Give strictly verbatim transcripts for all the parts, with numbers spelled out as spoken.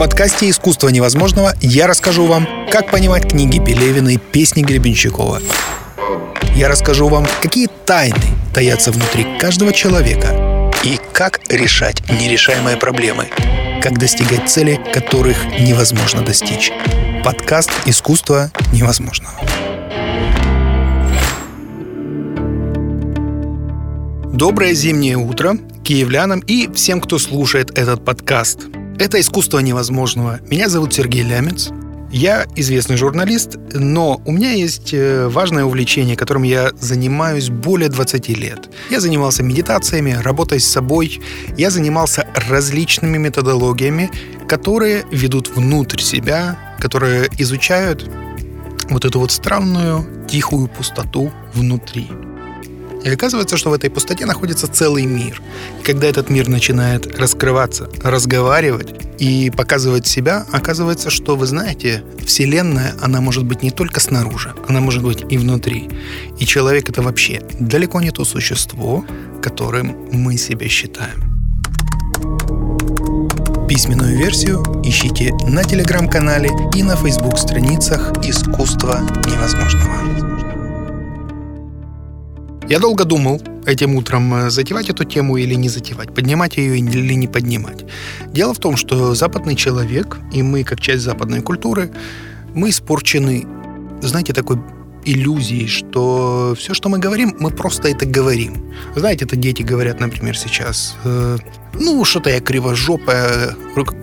подкасте «Искусство невозможного» я расскажу вам, как понимать книги Пелевина и песни Гребенщикова. Я расскажу вам, какие тайны таятся внутри каждого человека и как решать нерешаемые проблемы, как достигать целей, которых невозможно достичь. Подкаст «Искусство невозможного». Доброе зимнее утро киевлянам и всем, кто слушает этот подкаст. Это «Искусство невозможного». Меня зовут Сергей Лямец. Я известный журналист, но у меня есть важное увлечение, которым я занимаюсь более двадцати лет. Я занимался медитациями, работой с собой. Я занимался различными методологиями, которые ведут внутрь себя, которые изучают вот эту вот странную, тихую пустоту внутри. И оказывается, что в этой пустоте находится целый мир. И когда этот мир начинает раскрываться, разговаривать и показывать себя, оказывается, что, вы знаете, Вселенная, она может быть не только снаружи, она может быть и внутри. И человек — это вообще далеко не то существо, которым мы себя считаем. Письменную версию ищите на телеграм-канале и на фейсбук-страницах «Искусство невозможного». Я долго думал этим утром, затевать эту тему или не затевать, поднимать ее или не поднимать. Дело в том, что западный человек, и мы, как часть западной культуры, мы испорчены, знаете, такой иллюзией, что все, что мы говорим, мы просто это говорим. Знаете, это дети говорят, например, сейчас, э, ну, что-то я кривожопая,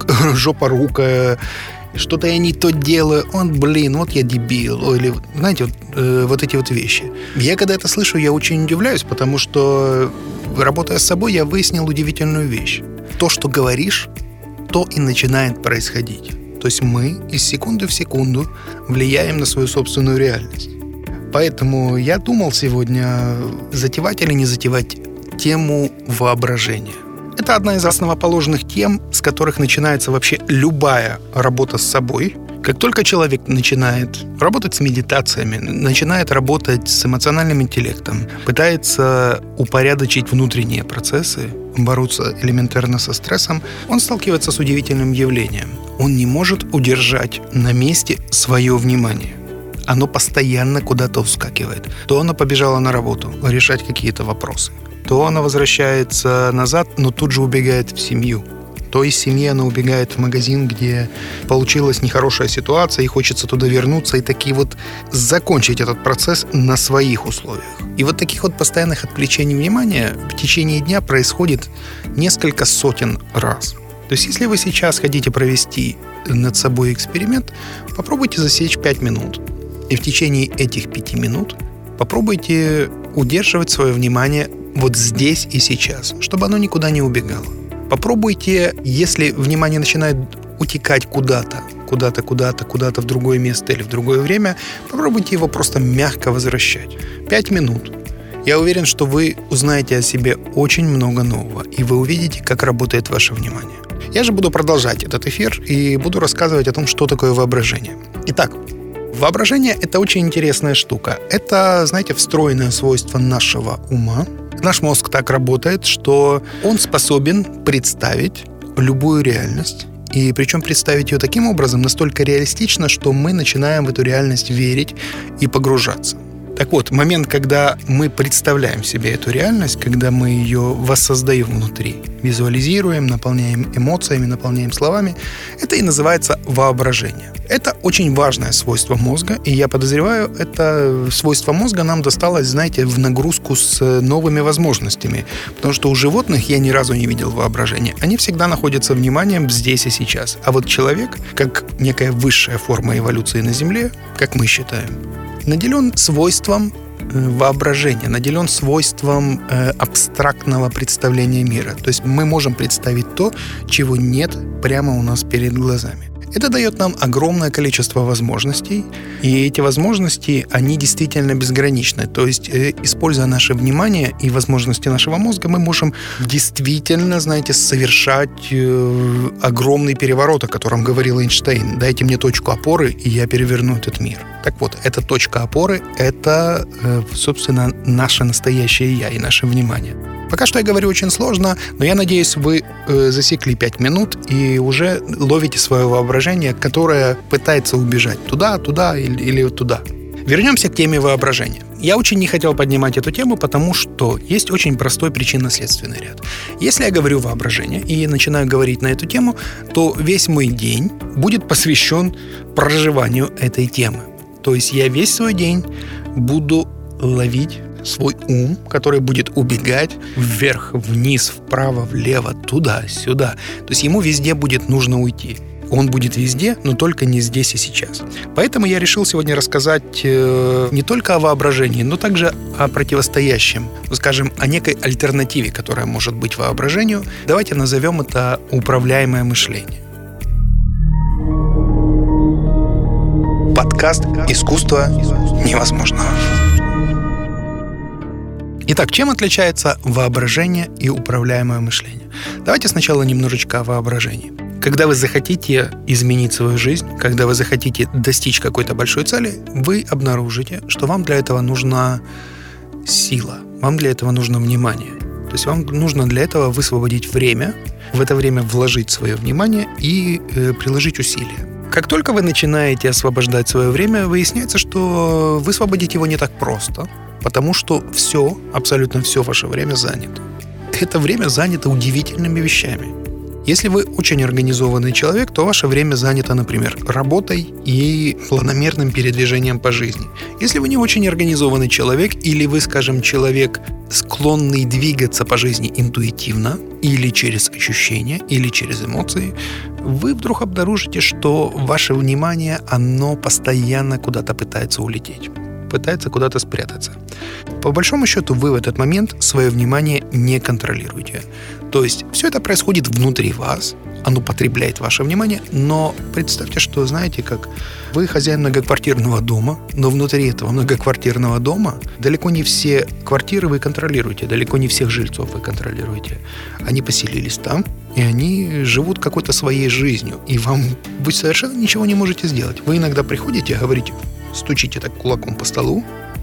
жопорукая, что-то я не то делаю, он, блин, вот я дебил, или, знаете, вот, э, вот эти вот вещи. Я, когда это слышу, я очень удивляюсь, потому что, работая с собой, я выяснил удивительную вещь. То, что говоришь, то и начинает происходить. То есть мы из секунды в секунду влияем на свою собственную реальность. Поэтому я думал сегодня, затевать или не затевать тему воображения. Это одна из основоположных тем, с которых начинается вообще любая работа с собой. Как только человек начинает работать с медитациями, начинает работать с эмоциональным интеллектом, пытается упорядочить внутренние процессы, бороться элементарно со стрессом, он сталкивается с удивительным явлением. Он не может удержать на месте свое внимание. Оно постоянно куда-то ускакивает. То оно побежало на работу, решать какие-то вопросы. То она возвращается назад, но тут же убегает в семью. То из семьи она убегает в магазин, где получилась нехорошая ситуация, и хочется туда вернуться, и таки вот закончить этот процесс на своих условиях. И вот таких вот постоянных отвлечений внимания в течение дня происходит несколько сотен раз. То есть если вы сейчас хотите провести над собой эксперимент, попробуйте засечь пять минут. И в течение этих пяти минут попробуйте удерживать свое внимание вот здесь и сейчас, чтобы оно никуда не убегало. Попробуйте, если внимание начинает утекать куда-то, куда-то, куда-то, куда-то в другое место или в другое время, попробуйте его просто мягко возвращать. Пять минут. Я уверен, что вы узнаете о себе очень много нового, и вы увидите, как работает ваше внимание. Я же буду продолжать этот эфир и буду рассказывать о том, что такое воображение. Итак, воображение — это очень интересная штука. Это, знаете, встроенное свойство нашего ума. Наш мозг так работает, что он способен представить любую реальность. И причем представить ее таким образом настолько реалистично, что мы начинаем в эту реальность верить и погружаться. Так вот, момент, когда мы представляем себе эту реальность, когда мы ее воссоздаем внутри, визуализируем, наполняем эмоциями, наполняем словами, это и называется воображение. Это очень важное свойство мозга, и я подозреваю, это свойство мозга нам досталось, знаете, в нагрузку с новыми возможностями, потому что у животных я ни разу не видел воображения. Они всегда находятся вниманием здесь и сейчас. А вот человек, как некая высшая форма эволюции на Земле, как мы считаем, наделен свойством воображения, наделен свойством э, абстрактного представления мира. То есть мы можем представить то, чего нет прямо у нас перед глазами. Это дает нам огромное количество возможностей, и эти возможности, они действительно безграничны. То есть, э, используя наше внимание и возможности нашего мозга, мы можем действительно, знаете, совершать э, огромный переворот, о котором говорил Эйнштейн. Дайте мне точку опоры, и я переверну этот мир. Так вот, эта точка опоры – это, собственно, наше настоящее «я» и наше внимание. Пока что я говорю очень сложно, но я надеюсь, вы засекли пять минут и уже ловите свое воображение, которое пытается убежать туда, туда или, или туда. Вернемся к теме воображения. Я очень не хотел поднимать эту тему, потому что есть очень простой причинно-следственный ряд. Если я говорю воображение и начинаю говорить на эту тему, то весь мой день будет посвящен проживанию этой темы. То есть я весь свой день буду ловить свой ум, который будет убегать вверх, вниз, вправо, влево, туда, сюда. То есть ему везде будет нужно уйти. Он будет везде, но только не здесь и сейчас. Поэтому я решил сегодня рассказать э, не только о воображении, но также о противостоящем, ну, скажем, о некой альтернативе, которая может быть воображению. Давайте назовем это управляемое мышление. Подкаст «Искусство невозможного». Итак, чем отличается воображение и управляемое мышление? Давайте сначала немножечко о воображении. Когда вы захотите изменить свою жизнь, когда вы захотите достичь какой-то большой цели, вы обнаружите, что вам для этого нужна сила, вам для этого нужно внимание. То есть вам нужно для этого высвободить время, в это время вложить свое внимание и э, приложить усилия. Как только вы начинаете освобождать свое время, выясняется, что высвободить его не так просто, потому что все, абсолютно все ваше время занято. Это время занято удивительными вещами. Если вы очень организованный человек, то ваше время занято, например, работой и планомерным передвижением по жизни. Если вы не очень организованный человек, или вы, скажем, человек, склонный двигаться по жизни интуитивно, или через ощущения, или через эмоции, вы вдруг обнаружите, что ваше внимание, оно постоянно куда-то пытается улететь, пытается куда-то спрятаться. По большому счету, вы в этот момент свое внимание не контролируете. То есть все это происходит внутри вас, оно потребляет ваше внимание, но представьте, что, знаете, как вы хозяин многоквартирного дома, но внутри этого многоквартирного дома далеко не все квартиры вы контролируете, далеко не всех жильцов вы контролируете. Они поселились там, и они живут какой-то своей жизнью, и вам вы совершенно ничего не можете сделать. Вы иногда приходите и говорите, стучите так кулаком по столу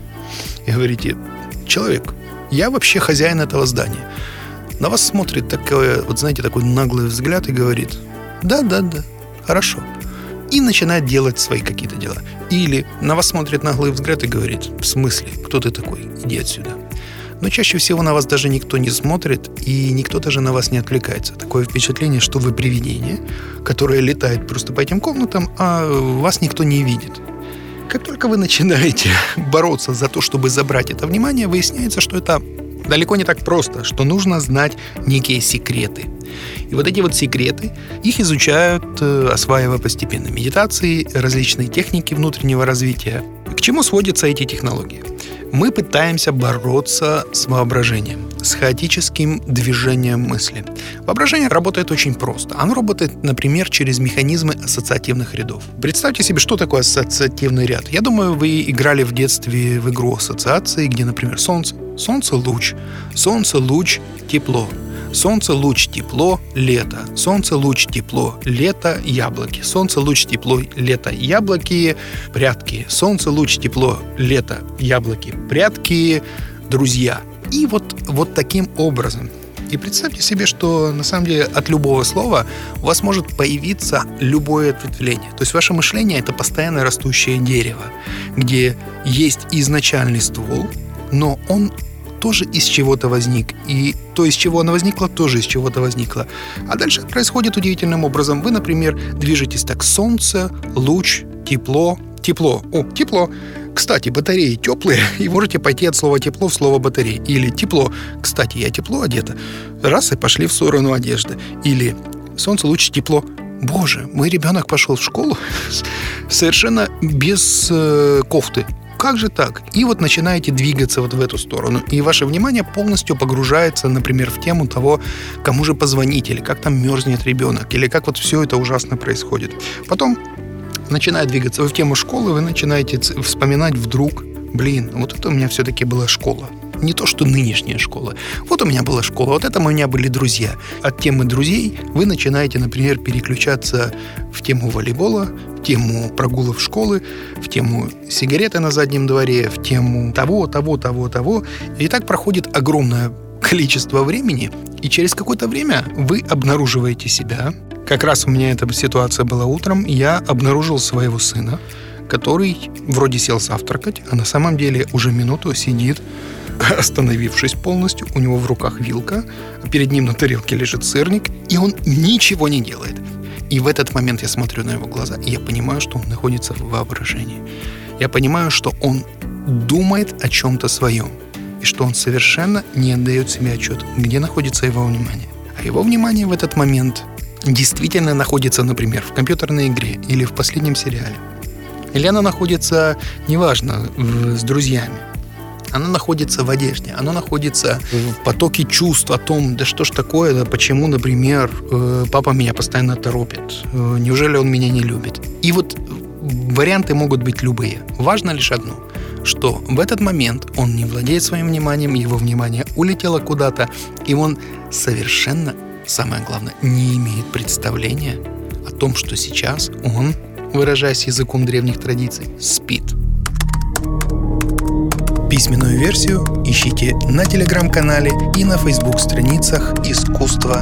и говорите, человек, я вообще хозяин этого здания. На вас смотрит такой, вот знаете, такой наглый взгляд и говорит, да-да-да, хорошо. И начинает делать свои какие-то дела. Или на вас смотрит наглый взгляд и говорит, в смысле, кто ты такой, иди отсюда. Но чаще всего на вас даже никто не смотрит, и никто даже на вас не отвлекается. Такое впечатление, что вы привидение, которое летает просто по этим комнатам, а вас никто не видит. Как только вы начинаете бороться за то, чтобы забрать это внимание, выясняется, что это далеко не так просто, что нужно знать некие секреты. И вот эти вот секреты, их изучают, осваивая постепенно медитации, различные техники внутреннего развития. К чему сводятся эти технологии? Мы пытаемся бороться с воображением, с хаотическим движением мысли. Воображение работает очень просто. Оно работает, например, через механизмы ассоциативных рядов. Представьте себе, что такое ассоциативный ряд. Я думаю, вы играли в детстве в игру ассоциации, где, например, солнце. Солнце – луч. Солнце – луч, тепло. Солнце, луч, тепло, лето. Солнце, луч, тепло, лето, яблоки. Солнце, луч, тепло, лето, яблоки, прятки. Солнце, луч, тепло, лето, яблоки, прятки, друзья. И вот, вот таким образом. И представьте себе, что на самом деле от любого слова у вас может появиться любое ответвление. То есть ваше мышление – это постоянно растущее дерево, где есть изначальный ствол, но он тоже из чего-то возник. И то, из чего оно возникло, тоже из чего-то возникло. А дальше происходит удивительным образом. Вы, например, движетесь так: солнце, луч, тепло, тепло. О, тепло. Кстати, батареи теплые, и можете пойти от слова тепло в слово батареи. Или тепло. Кстати, я тепло одета. Раз, и пошли в сторону одежды. Или солнце, луч, тепло. Боже, мой ребенок пошел в школу совершенно без э, кофты. Как же так? И вот начинаете двигаться вот в эту сторону, и ваше внимание полностью погружается, например, в тему того, кому же позвонить, или как там мерзнет ребенок, или как вот все это ужасно происходит. Потом, начиная двигаться в тему школы, вы начинаете вспоминать вдруг, блин, вот это у меня все-таки была школа. Не то, что нынешняя школа. Вот у меня была школа, вот это у меня были друзья. От темы друзей вы начинаете, например, переключаться в тему волейбола, в тему прогулов школы, в тему сигареты на заднем дворе, в тему того, того, того, того. И так проходит огромное количество времени, и через какое-то время вы обнаруживаете себя. Как раз у меня эта ситуация была утром, я обнаружил своего сына, который вроде сел завтракать, а на самом деле уже минуту сидит, остановившись полностью, у него в руках вилка, перед ним на тарелке лежит сырник, и он ничего не делает. И в этот момент я смотрю на его глаза, и я понимаю, что он находится в воображении. Я понимаю, что он думает о чем-то своем, и что он совершенно не отдает себе отчет, где находится его внимание. А его внимание в этот момент действительно находится, например, в компьютерной игре или в последнем сериале. Или она находится, неважно, в, с друзьями. Она находится в одежде, она находится в потоке чувств о том, да что ж такое, да почему, например, папа меня постоянно торопит, неужели он меня не любит. И вот варианты могут быть любые. Важно лишь одно, что в этот момент он не владеет своим вниманием, его внимание улетело куда-то, и он совершенно, самое главное, не имеет представления о том, что сейчас он, выражаясь языком древних традиций, спит. Письменную версию ищите на телеграм-канале и на фейсбук-страницах «Искусство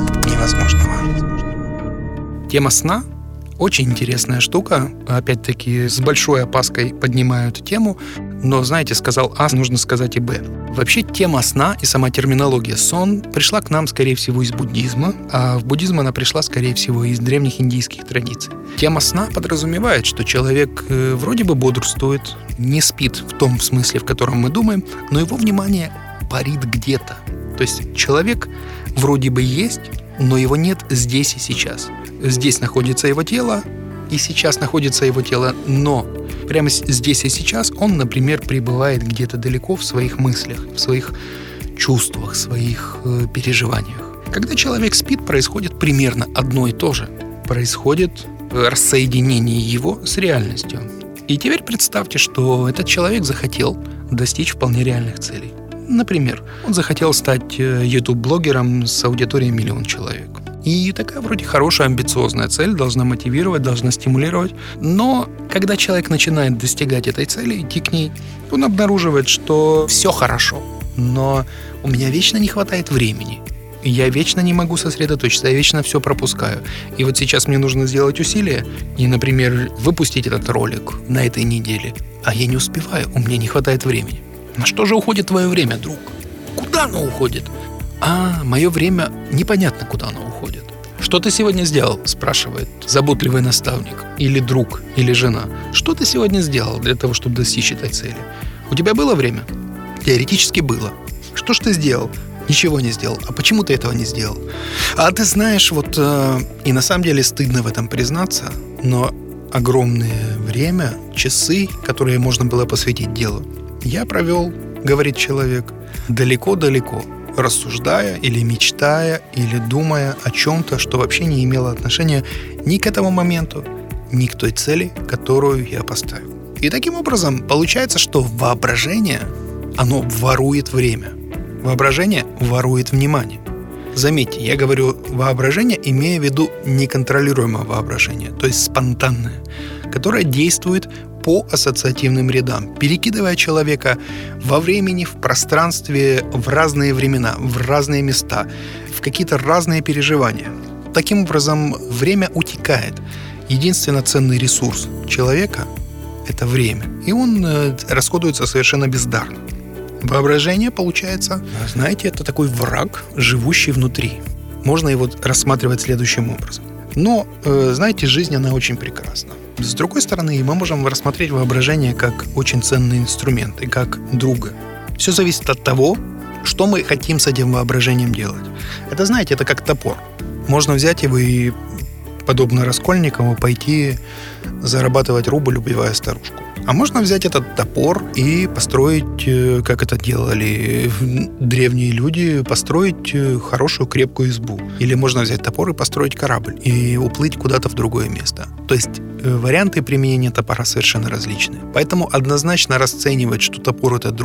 невозможного». Тема сна – очень интересная штука. Опять-таки, с большой опаской поднимаю эту тему, но, знаете, сказал А, нужно сказать и Б. Вообще, тема сна и сама терминология «сон» пришла к нам, скорее всего, из буддизма, а в буддизм она пришла, скорее всего, из древних индийских традиций. Тема сна подразумевает, что человек э, вроде бы бодрствует, не спит в том смысле, в котором мы думаем, но его внимание парит где-то. То есть человек вроде бы есть, но его нет здесь и сейчас. Здесь находится его тело, и сейчас находится его тело, но прямо здесь и сейчас он, например, пребывает где-то далеко в своих мыслях, в своих чувствах, в своих э, переживаниях. Когда человек спит, происходит примерно одно и то же. Происходит рассоединение его с реальностью. И теперь представьте, что этот человек захотел достичь вполне реальных целей. Например, он захотел стать YouTube-блогером с аудиторией миллион человек. И такая вроде хорошая, амбициозная цель должна мотивировать, должна стимулировать. Но когда человек начинает достигать этой цели, идти к ней, он обнаруживает, что все хорошо, но у меня вечно не хватает времени. Я вечно не могу сосредоточиться, я вечно все пропускаю. И вот сейчас мне нужно сделать усилие и, например, выпустить этот ролик на этой неделе. А я не успеваю, у меня не хватает времени. На что же уходит твое время, друг? Куда оно уходит? А, мое время непонятно, куда оно уходит. Что ты сегодня сделал? Спрашивает заботливый наставник. Или друг, или жена. Что ты сегодня сделал для того, чтобы достичь этой цели? У тебя было время? Теоретически было. Что ж ты сделал? Ничего не сделал. А почему ты этого не сделал? А ты знаешь, вот э, и на самом деле стыдно в этом признаться, но огромное время, часы, которые можно было посвятить делу, я провел, говорит человек, далеко-далеко, рассуждая или мечтая, или думая о чем-то, что вообще не имело отношения ни к этому моменту, ни к той цели, которую я поставил. И таким образом получается, что воображение, оно ворует время. Воображение ворует внимание. Заметьте, я говорю воображение, имея в виду неконтролируемое воображение, то есть спонтанное, которое действует по ассоциативным рядам, перекидывая человека во времени, в пространстве, в разные времена, в разные места, в какие-то разные переживания. Таким образом, время утекает. Единственно ценный ресурс человека – это время, и он э, расходуется совершенно бездарно. Воображение, получается, знаете, это такой враг, живущий внутри. Можно его рассматривать следующим образом. Но, э, знаете, жизнь, она очень прекрасна. С другой стороны, мы можем рассмотреть воображение как очень ценный инструмент и как друга. Все зависит от того, что мы хотим с этим воображением делать. Это, знаете, это как топор. Можно взять его и, подобно Раскольникову, пойти зарабатывать рубль, убивая старушку. А можно взять этот топор и построить, как это делали древние люди, построить хорошую крепкую избу. Или можно взять топор и построить корабль и уплыть куда-то в другое место. То есть варианты применения топора совершенно различны. Поэтому однозначно расценивать, что топор – это друг,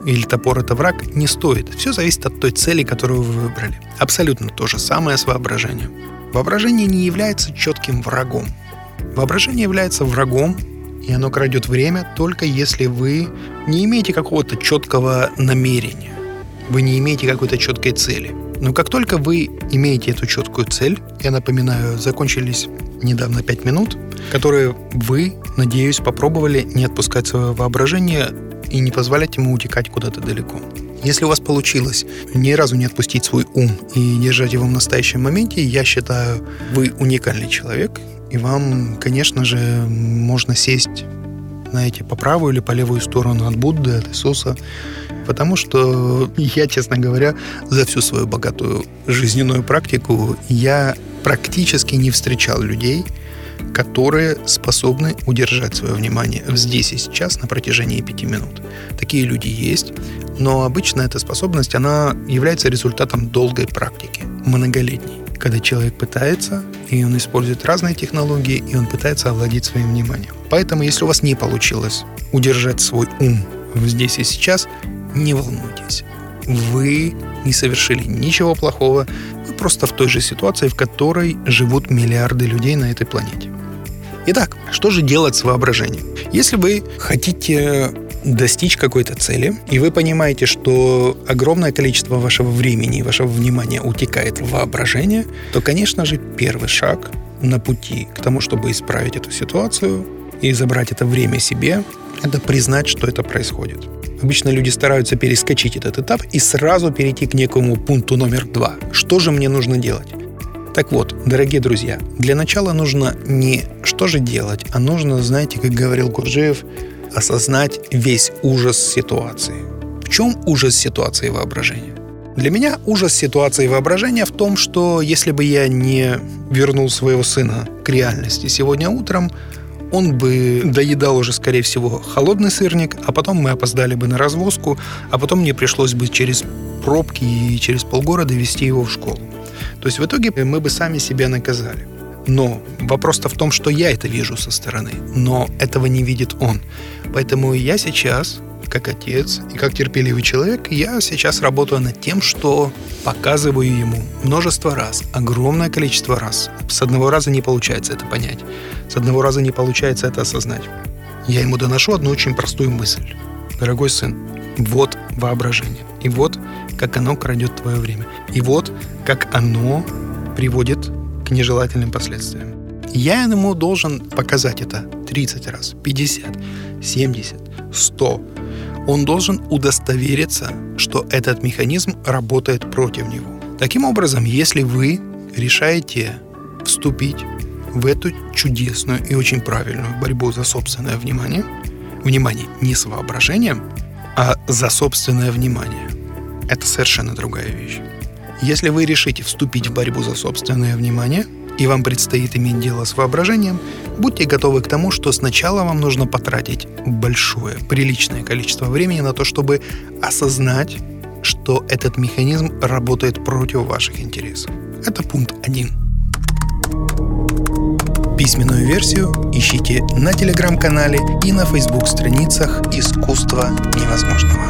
или топор — это враг, не стоит. Все зависит от той цели, которую вы выбрали. Абсолютно то же самое с воображением. Воображение не является четким врагом. Воображение является врагом, и оно крадет время только если вы не имеете какого-то четкого намерения. Вы не имеете какой-то четкой цели. Но как только вы имеете эту четкую цель, я напоминаю, закончились недавно пять минут, которые вы, надеюсь, попробовали не отпускать свое воображение и не позволять ему утекать куда-то далеко. Если у вас получилось ни разу не отпустить свой ум и держать его в настоящем моменте, я считаю, вы уникальный человек, и вам, конечно же, можно сесть, знаете, по правую или по левую сторону от Будды, от Иисуса, потому что я, честно говоря, за всю свою богатую жизненную практику я практически не встречал людей, которые способны удержать свое внимание здесь и сейчас на протяжении пяти минут. Такие люди есть, но обычно эта способность, она является результатом долгой практики, многолетней, когда человек пытается, и он использует разные технологии, и он пытается овладеть своим вниманием. Поэтому, если у вас не получилось удержать свой ум здесь и сейчас, не волнуйтесь. Вы не совершили ничего плохого, вы просто в той же ситуации, в которой живут миллиарды людей на этой планете. Итак, что же делать с воображением? Если вы хотите достичь какой-то цели, и вы понимаете, что огромное количество вашего времени и вашего внимания утекает в воображение, то, конечно же, первый шаг на пути к тому, чтобы исправить эту ситуацию и забрать это время себе, это признать, что это происходит. Обычно люди стараются перескочить этот этап и сразу перейти к некому пункту номер два. Что же мне нужно делать? Так вот, дорогие друзья, для начала нужно не что же делать, а нужно, знаете, как говорил Гурджиев, осознать весь ужас ситуации. В чем ужас ситуации воображения? Для меня ужас ситуации воображения в том, что если бы я не вернул своего сына к реальности сегодня утром, он бы доедал уже, скорее всего, холодный сырник, а потом мы опоздали бы на развозку, а потом мне пришлось бы через пробки и через полгорода везти его в школу. То есть в итоге мы бы сами себя наказали. Но вопрос-то в том, что я это вижу со стороны, но этого не видит он. Поэтому я сейчас, как отец и как терпеливый человек, я сейчас работаю над тем, что показываю ему множество раз, огромное количество раз. С одного раза не получается это понять, с одного раза не получается это осознать. Я ему доношу одну очень простую мысль. Дорогой сын, вот воображение, и вот как оно крадет твое время, и вот как оно приводит к нежелательным последствиям. Я ему должен показать это тридцать раз, пятьдесят, семьдесят, сто. Он должен удостовериться, что этот механизм работает против него. Таким образом, если вы решаете вступить в эту чудесную и очень правильную борьбу за собственное внимание, внимание не с воображением, а за собственное внимание, это совершенно другая вещь. Если вы решите вступить в борьбу за собственное внимание, и вам предстоит иметь дело с воображением, будьте готовы к тому, что сначала вам нужно потратить большое, приличное количество времени на то, чтобы осознать, что этот механизм работает против ваших интересов. Это пункт один. Письменную версию ищите на телеграм-канале и на фейсбук-страницах «Искусство невозможного».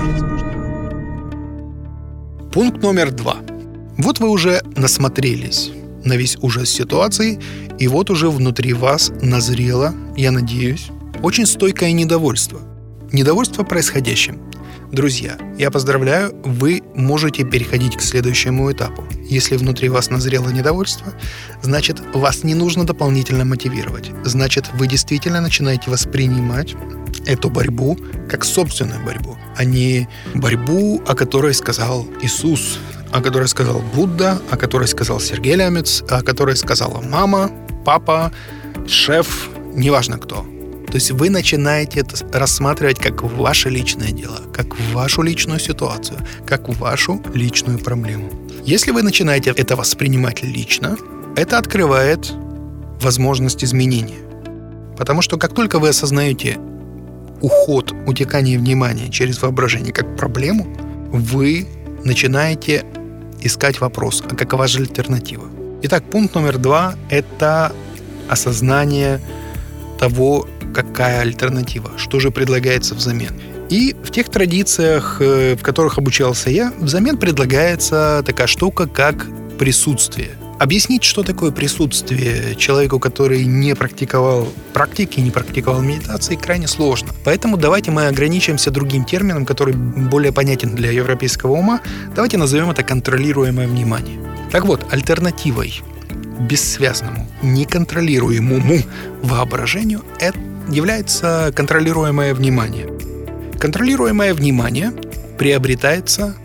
Пункт номер два. Вот вы уже насмотрелись на весь ужас ситуации, и вот уже внутри вас назрело, я надеюсь, очень стойкое недовольство. Недовольство происходящим. Друзья, я поздравляю, вы можете переходить к следующему этапу. Если внутри вас назрело недовольство, значит, вас не нужно дополнительно мотивировать. Значит, вы действительно начинаете воспринимать эту борьбу как собственную борьбу, а не борьбу, о которой сказал Иисус, о которой сказал Будда, о которой сказал Сергей Лямец, о которой сказала мама, папа, шеф, неважно кто. То есть вы начинаете это рассматривать как ваше личное дело, как вашу личную ситуацию, как вашу личную проблему. Если вы начинаете это воспринимать лично, это открывает возможность изменения. Потому что как только вы осознаете уход, утекание внимания через воображение как проблему, вы начинаете искать вопрос, а какова же альтернатива? Итак, пункт номер два – это осознание того, какая альтернатива, что же предлагается взамен. И в тех традициях, в которых обучался я, взамен предлагается такая штука, как присутствие. Объяснить, что такое присутствие человеку, который не практиковал практики, не практиковал медитации, крайне сложно. Поэтому давайте мы ограничимся другим термином, который более понятен для европейского ума. Давайте назовем это контролируемое внимание. Так вот, альтернативой бессвязному, неконтролируемому воображению это является контролируемое внимание. Контролируемое внимание приобретается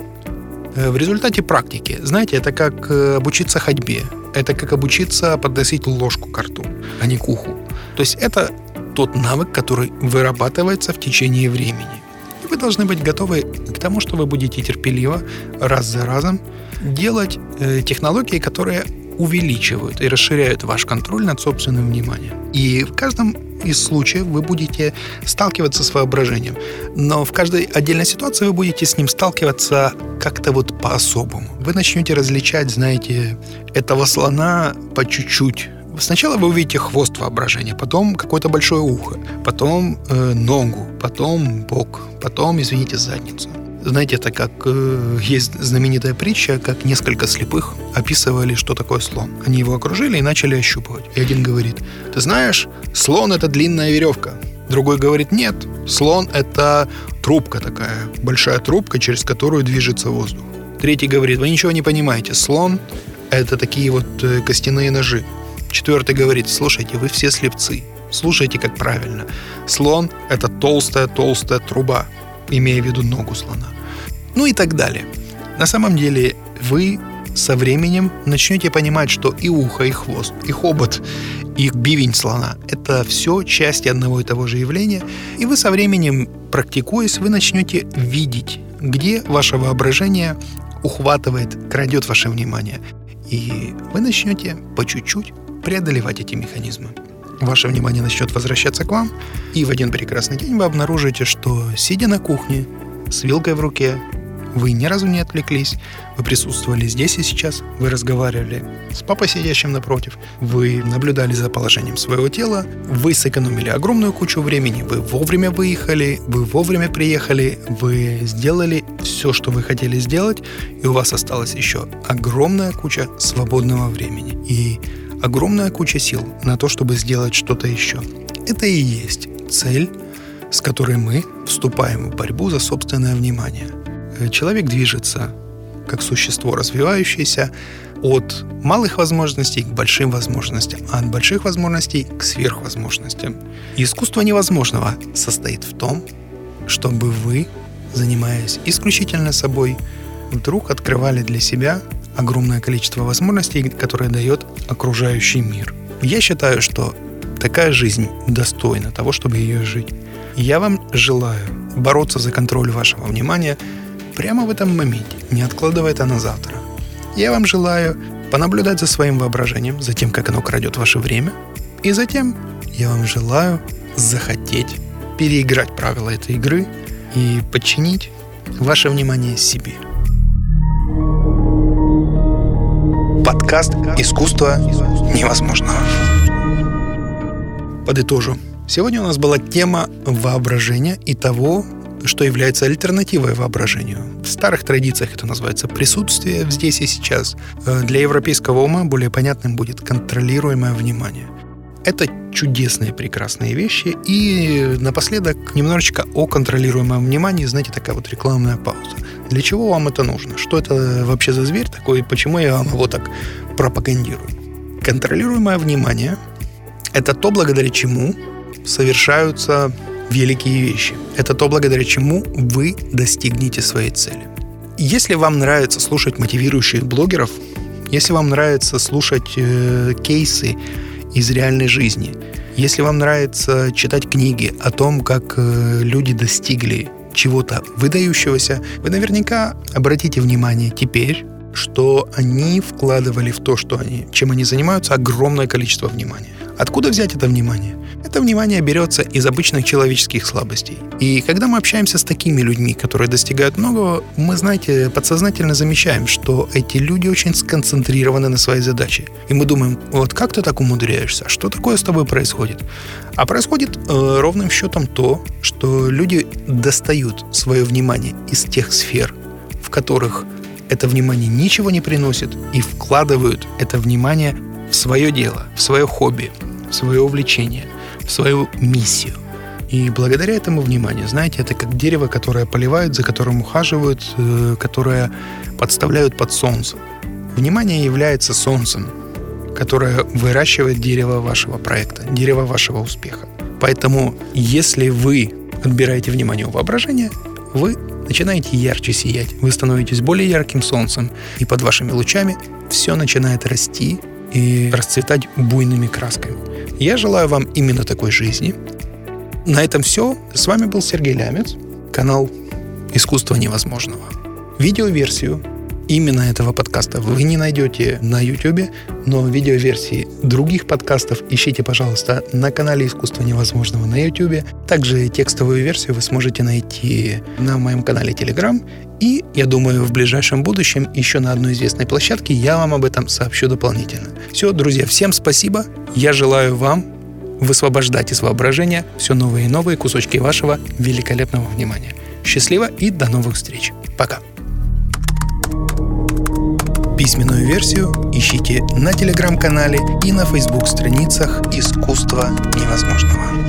в результате практики. Знаете, это как обучиться ходьбе. Это как обучиться подносить ложку к рту, а не к уху. То есть это тот навык, который вырабатывается в течение времени. И вы должны быть готовы к тому, что вы будете терпеливо, раз за разом, делать технологии, которые увеличивают и расширяют ваш контроль над собственным вниманием. И в каждом из случаев вы будете сталкиваться с воображением. Но в каждой отдельной ситуации вы будете с ним сталкиваться как-то вот по-особому. Вы начнете различать, знаете, этого слона по чуть-чуть. Сначала вы увидите хвост воображения, потом какое-то большое ухо, потом э, ногу, потом бок, потом, извините, задницу. Знаете, это как э, есть знаменитая притча, как несколько слепых описывали, что такое слон. Они его окружили и начали ощупывать. И один говорит: ты знаешь, слон — это длинная веревка. Другой говорит: нет, слон — это трубка такая, большая трубка, через которую движется воздух. Третий говорит: вы ничего не понимаете, слон — это такие вот э, костяные ножи. Четвертый говорит: слушайте, вы все слепцы, слушайте, как правильно. Слон — это толстая-толстая труба, имея в виду ногу слона. Ну и так далее. На самом деле вы со временем начнете понимать, что и ухо, и хвост, и хобот, и бивень слона — это все части одного и того же явления. И вы со временем, практикуясь, вы начнете видеть, где ваше воображение ухватывает, крадет ваше внимание. И вы начнете по чуть-чуть преодолевать эти механизмы. Ваше внимание начнет возвращаться к вам, и в один прекрасный день вы обнаружите, что, сидя на кухне с вилкой в руке, вы ни разу не отвлеклись, вы присутствовали здесь и сейчас, вы разговаривали с папой, сидящим напротив, вы наблюдали за положением своего тела, вы сэкономили огромную кучу времени, вы вовремя выехали, вы вовремя приехали, вы сделали все, что вы хотели сделать, и у вас осталась еще огромная куча свободного времени и огромная куча сил на то, чтобы сделать что-то еще. Это и есть цель, с которой мы вступаем в борьбу за собственное внимание. Человек движется как существо развивающееся от малых возможностей к большим возможностям, а от больших возможностей к сверхвозможностям. И искусство невозможного состоит в том, чтобы вы, занимаясь исключительно собой, вдруг открывали для себя огромное количество возможностей, которые дает окружающий мир. Я считаю, что такая жизнь достойна того, чтобы ее жить. И я вам желаю бороться за контроль вашего внимания прямо в этом моменте, не откладывая это на завтра. Я вам желаю понаблюдать за своим воображением, за тем, как оно крадет ваше время, и затем я вам желаю захотеть переиграть правила этой игры и подчинить ваше внимание себе. Подкаст «Искусство невозможного». Подытожу. Сегодня у нас была тема воображения и того, что является альтернативой воображению. В старых традициях это называется присутствие здесь и сейчас. Для европейского ума более понятным будет контролируемое внимание. Это чудесные, прекрасные вещи. И напоследок немножечко о контролируемом внимании. Знаете, такая вот рекламная пауза. Для чего вам это нужно? Что это вообще за зверь такой? Почему я вам его так пропагандирую? Контролируемое внимание – это то, благодаря чему совершаются великие вещи. Это то, благодаря чему вы достигнете своей цели. Если вам нравится слушать мотивирующих блогеров, если вам нравится слушать э, кейсы из реальной жизни, если вам нравится читать книги о том, как э, люди достигли чего-то выдающегося, вы наверняка обратите внимание теперь, что они вкладывали в то, что они, чем они занимаются, огромное количество внимания. Откуда взять это внимание? Это внимание берется из обычных человеческих слабостей. И когда мы общаемся с такими людьми, которые достигают многого, мы, знаете, подсознательно замечаем, что эти люди очень сконцентрированы на своей задаче. И мы думаем, вот как ты так умудряешься? Что такое с тобой происходит? А происходит э, ровным счетом то, что люди достают свое внимание из тех сфер, в которых это внимание ничего не приносит, и вкладывают это внимание в свое дело, в свое хобби, в свое увлечение, в свою миссию. И благодаря этому вниманию, знаете, это как дерево, которое поливают, за которым ухаживают, э, которое подставляют под солнце. Внимание является солнцем, которое выращивает дерево вашего проекта, дерево вашего успеха. Поэтому, если вы отбираете внимание у воображения, вы начинаете ярче сиять, вы становитесь более ярким солнцем, и под вашими лучами все начинает расти и расцветать буйными красками. Я желаю вам именно такой жизни. На этом все. С вами был Сергей Лямец, канал «Искусство невозможного». Видеоверсию именно этого подкаста вы не найдете на YouTube, но видеоверсии других подкастов ищите, пожалуйста, на канале «Искусство невозможного» на YouTube. Также текстовую версию вы сможете найти на моем канале Telegram. И, я думаю, в ближайшем будущем еще на одной известной площадке я вам об этом сообщу дополнительно. Все, друзья, всем спасибо. Я желаю вам высвобождать из воображения все новые и новые кусочки вашего великолепного внимания. Счастливо и до новых встреч. Пока. Письменную версию ищите на телеграм-канале и на фейсбук-страницах «Искусство невозможного».